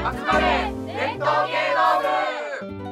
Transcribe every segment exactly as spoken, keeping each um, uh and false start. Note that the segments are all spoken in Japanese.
集まれ伝統芸能部。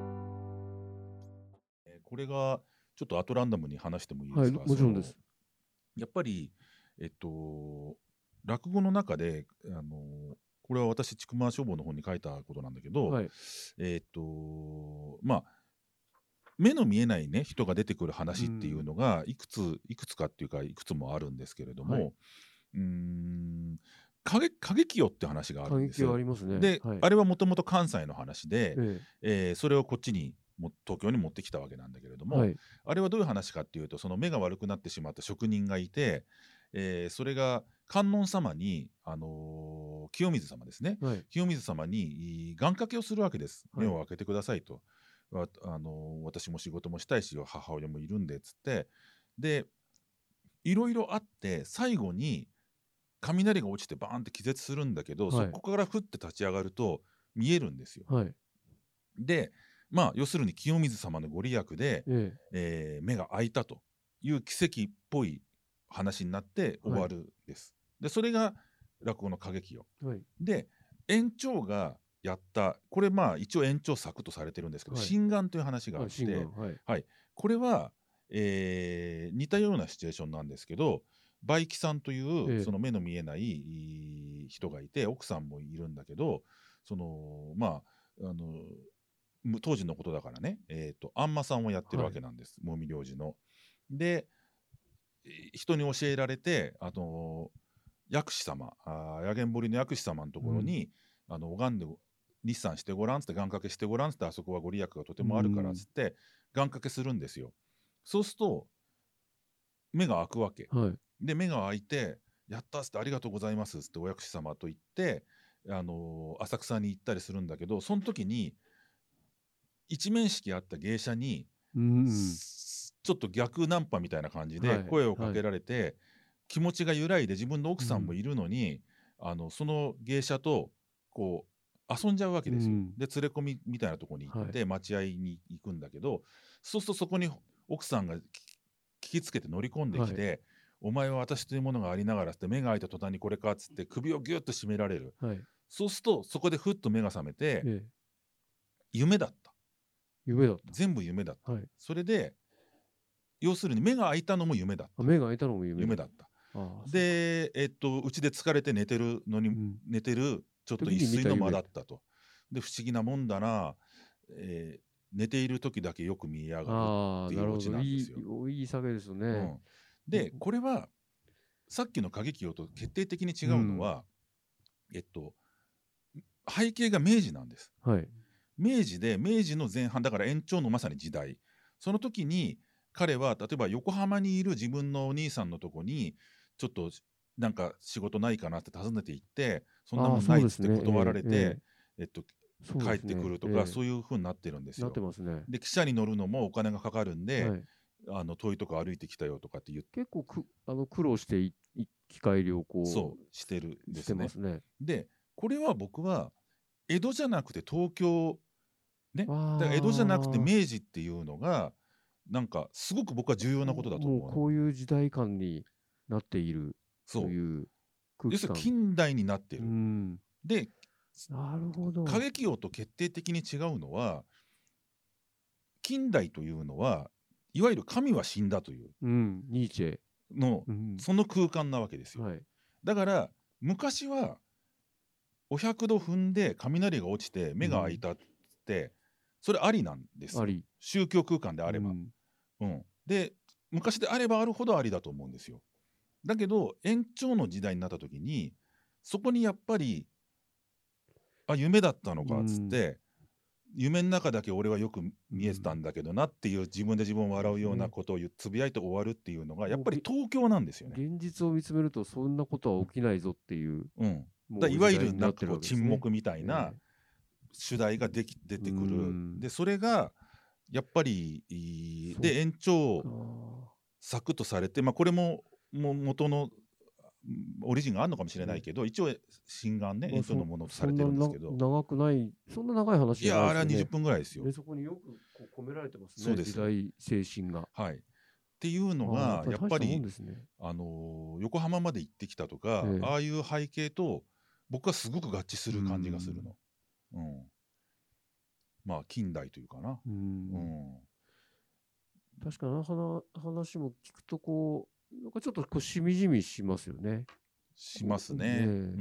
これがちょっとアトランダムに話してもいいですか？ はい、もちろんです。 やっぱりえっと落語の中であのこれは私千曲書房の方に書いたことなんだけど、はい、えっとまあ目の見えないね人が出てくる話っていうのがいくついくつかっていうかいくつもあるんですけれども、はい、うーん歌劇よって話があるんですよ。 歌劇ありますね。 で、 はい、 あれはもともと関西の話で、 ええー、それをこっちにも東京に持ってきたわけなんだけれども、はい、あれはどういう話かっていうと、その目が悪くなってしまった職人がいて、えー、それが観音様に、あのー、清水様ですね、はい、清水様に願掛けをするわけです。目を開けてくださいと、はい、あのー、私も仕事もしたいし母親もいるんでっつって、でいろいろあって最後に雷が落ちてバーンって気絶するんだけど、はい、そこからふって立ち上がると見えるんですよ。はい、でまあ要するに清水様のご利益で、えええー、目が開いたという奇跡っぽい話になって終わるんです。はい、でそれが落語の歌劇よ。はい、で園長がやったこれまあ一応園長作とされてるんですけど、はい、心眼という話があって、はいはい、これは、えー、似たようなシチュエーションなんですけど、梅木さんというその目の見えない人がいて、奥さんもいるんだけど、そのまああの当時のことだからね、えーと、あんまさんをやってるわけなんです、もみ領事の。で人に教えられて、あの薬師様、やげん堀の薬師様のところに、うん、あの拝んで日産してごらんつって願掛けしてごらんつって、あそこはご利益がとてもあるからつって、うん、願掛けするんですよ。そうすると目が開くわけ。はい、で目が開いてやったっつってありがとうございますっつってお薬師様と言って、あのー、浅草に行ったりするんだけど、その時に一面識あった芸者に、うん、ちょっと逆ナンパみたいな感じで声をかけられて、はい、気持ちが揺らいで自分の奥さんもいるのに、うん、あのその芸者とこう遊んじゃうわけですよ。うん、で連れ込みみたいなところに行って、はい、待合に行くんだけど、そうするとそこに奥さんが聞きつけて乗り込んできて、はい、お前は私というものがありながらって目が開いた途端にこれかっつって首をギュッと締められる、はい、そうするとそこでふっと目が覚めて、ええ、夢だった、 夢だった、 全部夢だった、はい、それで要するに目が開いたのも夢だった、 目が開いたのも 夢, 夢だった。でえっとうちで疲れて寝てるのに、うん、寝てるちょっと一睡の間だったと。で不思議なもんだな、えー、寝ている時だけよく見えやがるっていうオチなんですよ。 いい, いい酒ですよね。うん、 でこれはさっきの歌劇よと決定的に違うのは、うん、えっと背景が明治なんです。はい、明治で明治の前半だから延長のまさに時代、その時に彼は例えば横浜にいる自分のお兄さんのとこにちょっとなんか仕事ないかなって尋ねていって、そんなもんないっつって断られて、ねえええっと、帰ってくるとか、ええ、そういう風になってるんですよ。 なってますね。 で汽車に乗るのもお金がかかるんで、はい、あの遠いとこ歩いてきたよとかって言って結構くあの苦労して行き帰りをこうそうしてるんですね。 してますね。 でこれは僕は江戸じゃなくて東京ね、だから江戸じゃなくて明治っていうのがなんかすごく僕は重要なことだと思うの。 もうこういう時代感になっているという空気感、 要するに近代になっている。で、 なるほど。 歌劇王と決定的に違うのは、近代というのはいわゆる神は死んだという、 うん、ニーチェの、うん、その空間なわけですよ。はい、だから昔はお百度踏んで雷が落ちて目が開いたって、うん、それありなんですよ。宗教空間であれば、うんうん、で昔であればあるほどありだと思うんですよ。だけど延長の時代になった時にそこにやっぱりあ夢だったのかっつって、うん、夢の中だけ俺はよく見えてたんだけどなっていう、自分で自分を笑うようなことをつぶやいて終わるっていうのがやっぱり東京なんですよね。 現実を見つめるとそんなことは起きないぞっていう、 うん、だいわゆるなんかこう沈黙みたいな主題ができ出てくる。でそれがやっぱりで延長作とされて、まあ、これもも元のオリジンがあるのかもしれないけど、うん、一応心眼ね、延長のものとされてるんですけど、 長くないそんな長い話じゃないですよね。 いやあれはにじゅっぷんぐらいですよ。 でそこによくこう込められてますね。そうです。時代精神が。 はい。っていうのがやっぱり、ね、あのー、横浜まで行ってきたとか、ええ、ああいう背景と僕はすごく合致する感じがするの。 うん、まあ近代というかな。 うん、 うん、 確かに話話も聞くとこうなんかちょっとこうしみじみしますよね。 しますね。 ねうん、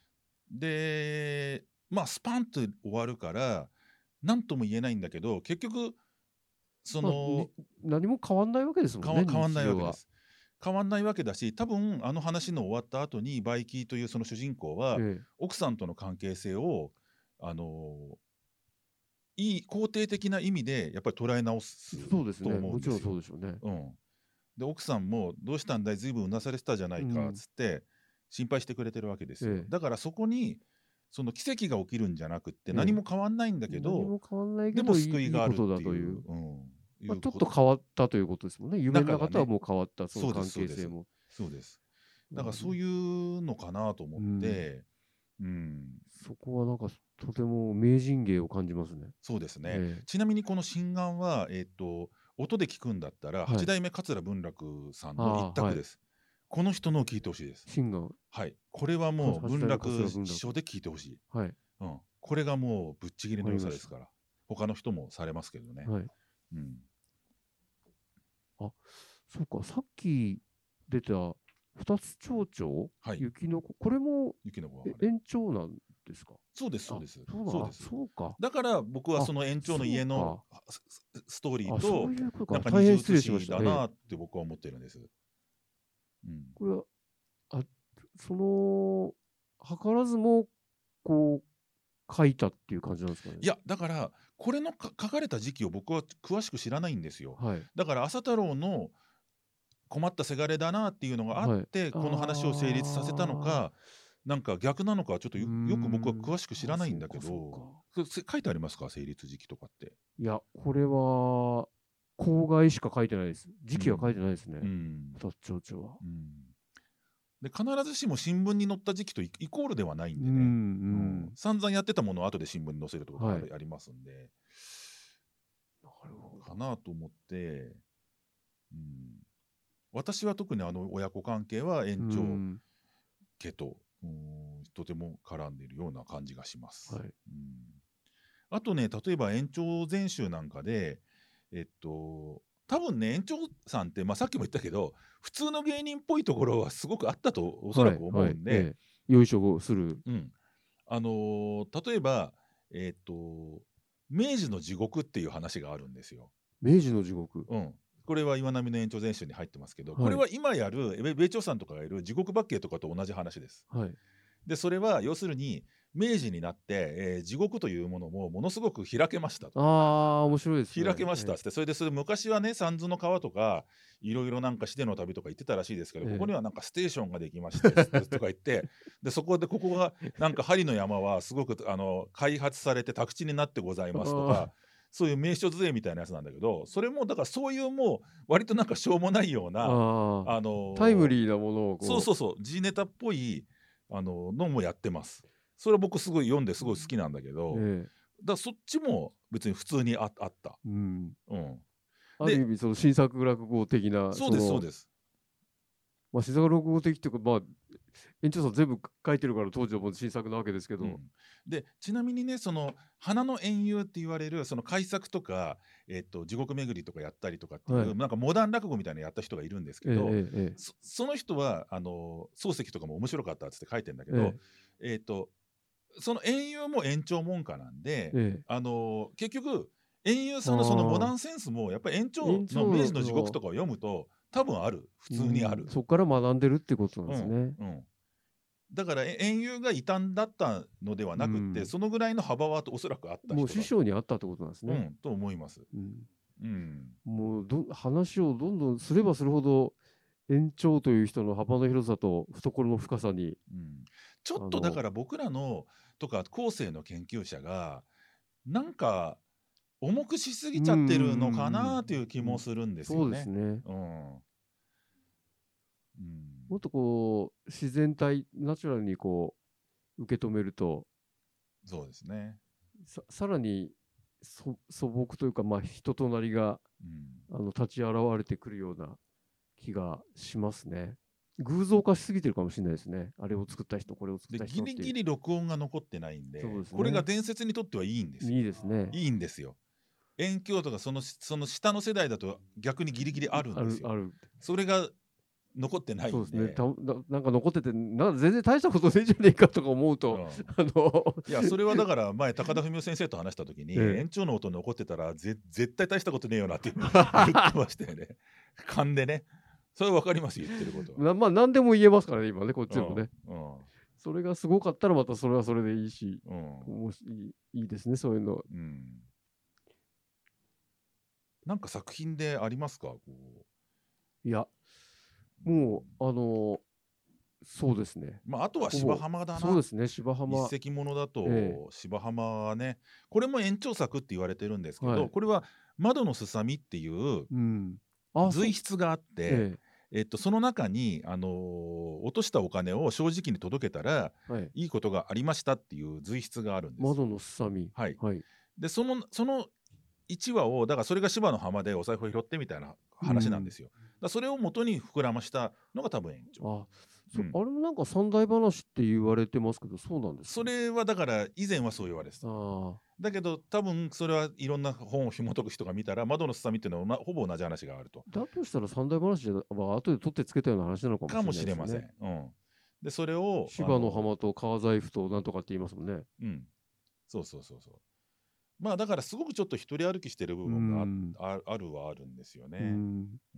でまあスパンと終わるから何とも言えないんだけど結局そまあ、 の何も変わんないわけですもんね、 変わ変わんない日常は。 わけです。変わんないわけだし多分あの話の終わった後にバイキーというその主人公は、 ええ、 奥さんとの関係性をあのいい肯定的な意味でやっぱり捉え直すとそうですね、もちろん思うんですよ。 そうでしょうね。 うん、で奥さんも「どうしたんだいずいぶんうなされてたじゃないか」っうん、 つって心配してくれてるわけですよ。 ええ、 だからそこにその奇跡が起きるんじゃなくってええ、 何も変わんないんだけど何も変わんないけどいい、 でも救いいいことがあるっていう、 だという、 うん、いまあ、 うこちょっと変わったということですもんね。有名な方は中がねもう変わった、そのそうです関そうです係性も。 そうです。だからそうなるほど。 いうのかなと思っうん、 て、うん、 そこはなんかとても名人芸を感じますね。 そうですね。 ええ、 ちなみにこの心眼は、えっと、音で聞くんだったら、 はい。 八代目桂文楽さんの一ああ、はい。 択です。この人のを聞いてほしいです。 シンガー、 はい。これはかもう文八代目桂楽文楽。 師匠で聞いてほしい。 はい。 うん。これがもうぶっちぎりのわかりました。 良さですから。他の人もされますけどね。 はい。 うん。 あ、そうか、さっき出た二つ蝶々、 はい。 雪の子、これも雪の子はえあれ。 延長なんですか？ そうです、そうあ、 です。 そうだ、あ、 そうです。 そうか。 だから僕はあ、 その園長のそう家のか。 あスストーリーあ、そとういうことか。 なんか二大変重写失礼しました。ええ。 しだなって僕は思ってるんです。うん。 これは、あ、その、図らずも、こう、書いたっていう感じなんですかね。 いや、だからこれのか書かれた時期を僕は詳しく知らないんですよ。 はい。 だから朝太郎の困ったせがれだなっていうのがあっはい。 て、この話を成立させたのああ、 か、なんか逆なのかはちょっとうーよよく僕はん。 詳しく知らあ、 ないんだけそうかそうど、 か。 そせ書いてありますか？成立時期とかって。 いや、これは、口外しか書いてないです。時期は書いてないですね。 うん。 二つ蝶々は。 うん。で、必ずしも新聞に載った時期とイイコールではないんうん、 でね。 ううん。 ん。 散々やってたものを後で新聞に載せるってことがあはい。 るありますんで、 なるほかど。 なと思って、うん。私は特にあの親子関係はう園長ん。 家と、うん、とても絡んでいるような感じがします。 はい。 うん、あとね、例えば延長全集なんかで、えっと、多分ね、園長さんって、まあ、さっきも言ったけど、普通の芸人っぽいところはすごくあったとおそらはい、 く思はい。 うんで、 ええ。よいしょする。 うん、あのー例えば、えっと、明治の地獄っていう話があるんですよ。 明治の地獄。 うん、これは岩波の延長全集に入ってますけど、こはい。 れは今やるべ米朝さんとかがいる地獄幕刑とかと同じ話です。 はい。 でそれは要するに明治になって、えー地獄というものもものすごく開けましたと。 ああ、面白いですね。 開けましたっえつって、それでそれ昔はね三途の川とかいろいろなんか死での旅とか言ってたらしいですけど、 えここにはなんかステーションができましてつってとか言ってでそこでここがなんか針の山はすごくあの開発されて宅地になってございますとあか、そういう名所図絵みたいなやつなんだけど、それもだからそういうもう割となんかしょうもないようあ、 な、 ああ、 あのータイムリーなものをこう。 そうそうそう G ネタっぽいあののもやってます。それは僕すごい読んですごい好きなんだけど、 ええ。 だからそっちも別に普通にああった。 うん。 うん。 ある意味、その新作落語的な、 そうですそうの、 です。 まあ、新作落語的っていうか、まあ、園長さん全部書いてるから当時はもう新作なわけですけど、 うん、でちなみにねその花の園遊って言われるその改作とか、えっと地獄巡りとかやったりとかっていう、 はい。 なんかモダン落語みたいなのやった人がいるんですけええ、 ど、 ええ、ええ。 そその人はあの漱石とかも面白かったっつって書いてんだけえど、 え、 えっとその園遊も延長門下なんで、 ええ。 あの結局園遊さんのそのモダああ、 ンセンスもやっぱり延長園の明長治の地獄との、 かを読むと多分ある、普う通にあん、 る。 そこから学んでるってことなんうんですね。 うん、だからえ園遊が異端だったのではうなくって、 ん。 そのぐらいの幅はおそらくあったもう人だ、 師匠にあったってことなんですね。 うんと思います。 うん。 うん、 もうど話をどんどんすればするほど、園長という人の幅の広さと懐の深さに、 うん、ちょあっとだかの、 ら僕らのとか後世の研究者がなんか重くしすうん、うん、 ぎちゃってるのかうん、 なという気うん、うん。 もするんですそうでよね。 すね。 うんうん、 もっとこう、自然体、ナチュラルにこう、受け止めると、 そうですね。 ささらにそ素朴というか、まあ、人となりがうん、 あの立ち現れてくるような気がしますね。 偶像化しすぎてるかもしれないですね。あれを作った人、これを作でった人っていう。 ギリギリ録音が残ってないんで、 そうですね。 これが伝説にとってはいいんですよ。 いいですね。 いいんですよ。遠鏡とかそのその下の世代だと逆にギリギリあるんですよ。 あるある。 それが残ってないんで。 そうですね。たななんか残っててな全然大したことねえじゃねえかとか思うと、うん、あのいやそれはだから前高田文夫先生と話した時に、ええ、延長の音残ってたらぜ絶対大したことねえよなって言ってましたよね。勘でね。それ分かります言ってることは。 なまあ何でも言えますからね今ねこっちでもね。 うんうん、 それがすごかったらまたそれはそれでいいし、 うん、 もしいいいいですねそういうの。 うん、なんか作品でありますかこう。 いやもうあのそうですね。 まああとは芝浜だな。 そうですね芝浜。 一石物だと、 ええ、 芝浜はねこれも延長作って言われてるんですけど、 はい、 これは窓のすさみっていう、うん、随筆があって、えええっと、その中に、あのー、落としたお金を正直に届けたら、はい、いいことがありましたっていう随筆があるんです。 窓のすさみ。 はい、 はい、 でそのそのいちわをだからそれが芝の浜でお財布を拾ってみたいな話なんですよ。うん、だそれを元に膨らましたのが多分延長。 あそ、うん、あれもなんか三大話って言われてますけどそうなんですか。 それはだから以前はそう言われてた。あだけど多分それはいろんな本を紐解く人が見たら窓のすさみっていうのはほぼ同じ話があると。 だとしたら三大話じゃ、まあ後で取ってつけたような話なのかもしれないですね。 かもしれません。うん、でそれを芝の浜と川財布となんとかって言いますもんね。 うん、そうそうそうそう。まあだからすごくちょっと一人歩きしてる部分が あ, あ, あるはあるんですよね。うんうん、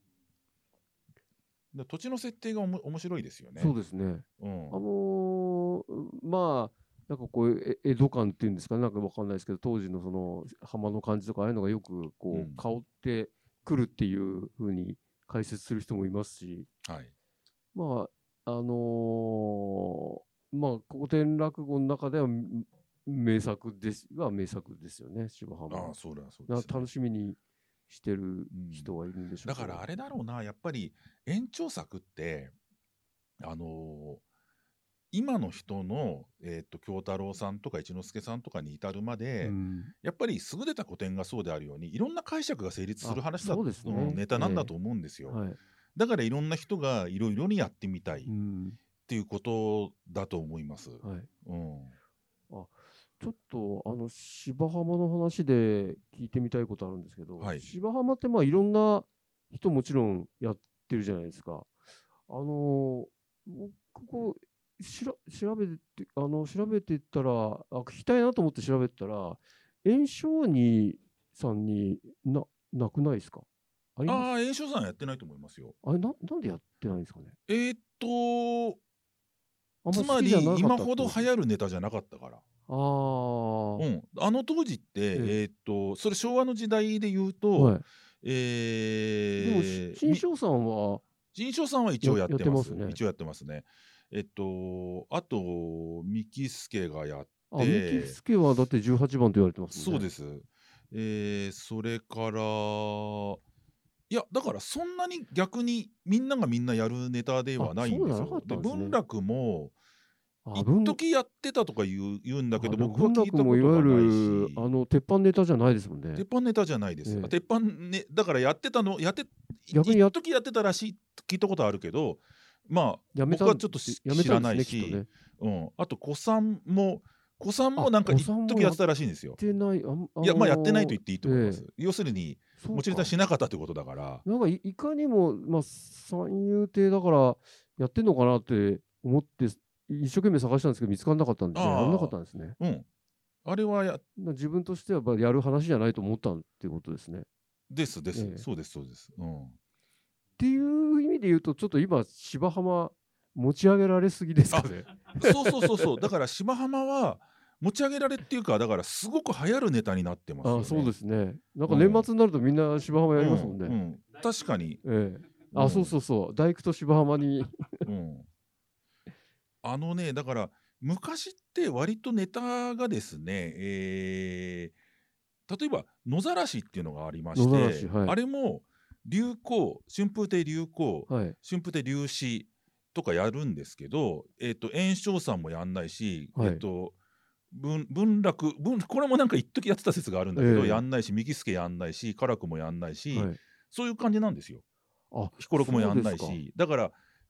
で土地の設定がおも面白いですよね。 そうですね。うん、あのー、まあなんかこう江戸感っていうんですかなんかわかんないですけど当時のその浜の感じとかああいうのがよくこう、うん、香ってくるっていうふうに解説する人もいますし、はい、まああのー、まあ古典落語の中では名作ですは名作ですよね芝浜。 ああそうだそうです、ね、 楽しみにしてる人はいるんでしょう、 うん、だからあれだろうなやっぱり延長作ってあのー、今の人の、えー、と京太郎さんとか一之輔さんとかに至るまで、うん、やっぱり優れた古典がそうであるようにいろんな解釈が成立する話だ、ね、ネタなんだと思うんですよ、えーはい、だからいろんな人がいろいろにやってみたいっていうことだと思います、はいうん、 あちょっとあの芝浜の話で聞いてみたいことあるんですけど、はい、芝浜ってまあいろんな人もちろんやってるじゃないですか。あの僕ここしら調べてあの調べてったらあ聞きたいなと思って調べてたら炎症にさんにななくないですか。 ああ炎症さんやってないと思いますよ。 あれ な, なんでやってないんですかね。 えー、っとつまり今ほど流行るネタじゃなかったから。あ, うん、あの当時って、えー、っとそれ昭和の時代で言うと、はいえー、でも新庄さんは新庄さんは一応やってます。ね、一応やってますね。えっとあと三木助がやってあ三木助はだってじゅうはちばんと言われてますもんね。そうです。えー、それからいやだからそんなに逆にみんながみんなやるネタではないんですよ。で文楽も一時やってたとか言う言うんだけど僕は聞いたことがないし、 文楽もいわゆるあの鉄板ネタじゃないですもんね。 鉄板ネタじゃないです。ええ、鉄板ねだからやってたのやって逆に一時やってたらしい聞いたことあるけど、まあ僕はちょっと知らないし、ねうん、あと古参も古参もなんか一時やってたらしいんですよ。 やってない、ああのー、いやまあやってないと言っていいと思います。ええ、要するに持ちネタしなかったということだから。 なんか い, いかにもまあ三遊亭だからやってんのかなって思って一生懸命探したんですけど見つからなかったんで、ね、やらなかったんですね。 うん。あれはや自分としてはやる話じゃないと思ったっていうことですね。 ですです、ええ、そうですそうです。うん。 っていう意味で言うとちょっと今芝浜持ち上げられすぎですかね。 そうそうそうそうだから芝浜は持ち上げられっていうかだからすごく流行るネタになってますよね。 あそうですね。なんか年末になるとみんな芝浜やりますもんね。うんうん、 確かに。 ええ、あ、うん、そうそうそう大工と芝浜に、 うん。あのねだから昔って割とネタがですね、えー、例えば野ざらしっていうのがありまして、はい、あれも流行春風亭流行、はい、春風亭流詩とかやるんですけど、えー、と圓生さんもやんないし、はい、えー、と 文, 文楽文これもなんか一時やってた説があるんだけど、えー、やんないし三木助やんないし辛くもやんないし、はい、そういう感じなんですよ。彦六もやんないしだから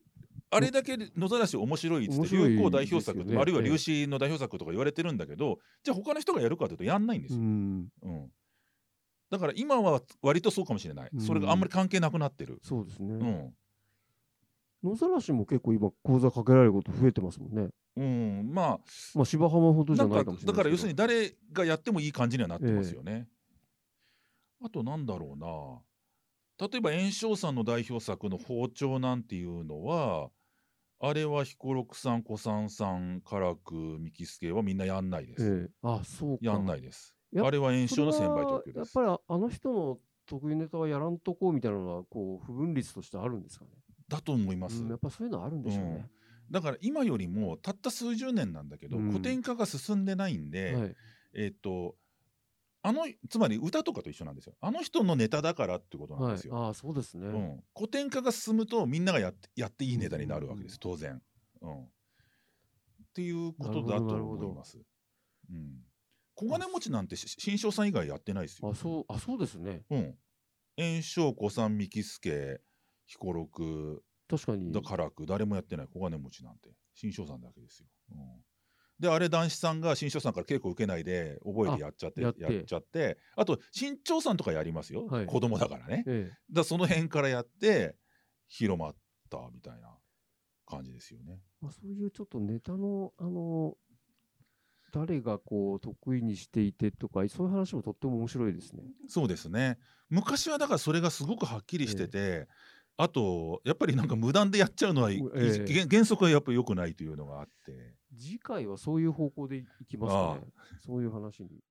あれだけ野ざらし面白いっつって面白い流行代表作、 ですよねあるいはええ流子の代表作とか言われてるんだけど、じゃあ他の人がやるかというとやんないんですよ。 うんうんだから今は割とそうかもしれない。 うんそれがあんまり関係なくなってる。 そうですね。 うん野ざらしも結構今講座かけられること増えてますもんね。 うん、ままあ芝浜ほどあじゃないなんかだかもしれないですけど。 から要するに誰がやってもいい感じにはなってますよね。あとなんだろうな、例えば圓生さんの代表作の包丁なんていうのは、あれは彦六さん、小三さん、唐久、三木助はみんなやんないです。 ええあ、そうか。 やんないです。 やっあれは圓生のそれは専売特許です。 やっぱりあの人の得意ネタはやらんとこうみたいなのはこう不分率としてあるんですかね。 だと思います。 うん、やっぱそういうのあるんでしょうね。 だから今よりもたった数十年なんだけど、 うん古典化が進んでないんで、 はい。 えっとあのつまり歌とかと一緒なんですよ。あの人のネタだからってことなんはいです。よ。 ああ、そうですね。 うん、古典化が進むとみんながやってやっていいネタになるわけです、当然、うん。っていうことだとなるほど思います。うん、小金持ちなんてし新章さん以外やってないですよ。 あ、そう、あ、そうですね。 うん。圓生、小三、三木助、彦六、 確かに。 だ唐久、誰もやってない小金持ちなんて新章さんだけですよ。うんであれ男子さんが新章さんから稽古受けないで覚えてやっちゃってやあやってっちゃってあと新潮さんとかやりますよ、 はい子供だからね。 ええだその辺からやって広まったみたいな感じですよね。 まあ、そういうちょっとネタのあの誰がこう得意にしていてとかそういう話もとっても面白いですね。 そうですね。昔はだからそれがすごくはっきりしてて、あとやっぱりなんか無断でやっちゃうのは、いええ原原則はやっぱり良くないというのがあって。 次回はそういう方向でいきますかね。そういう話に。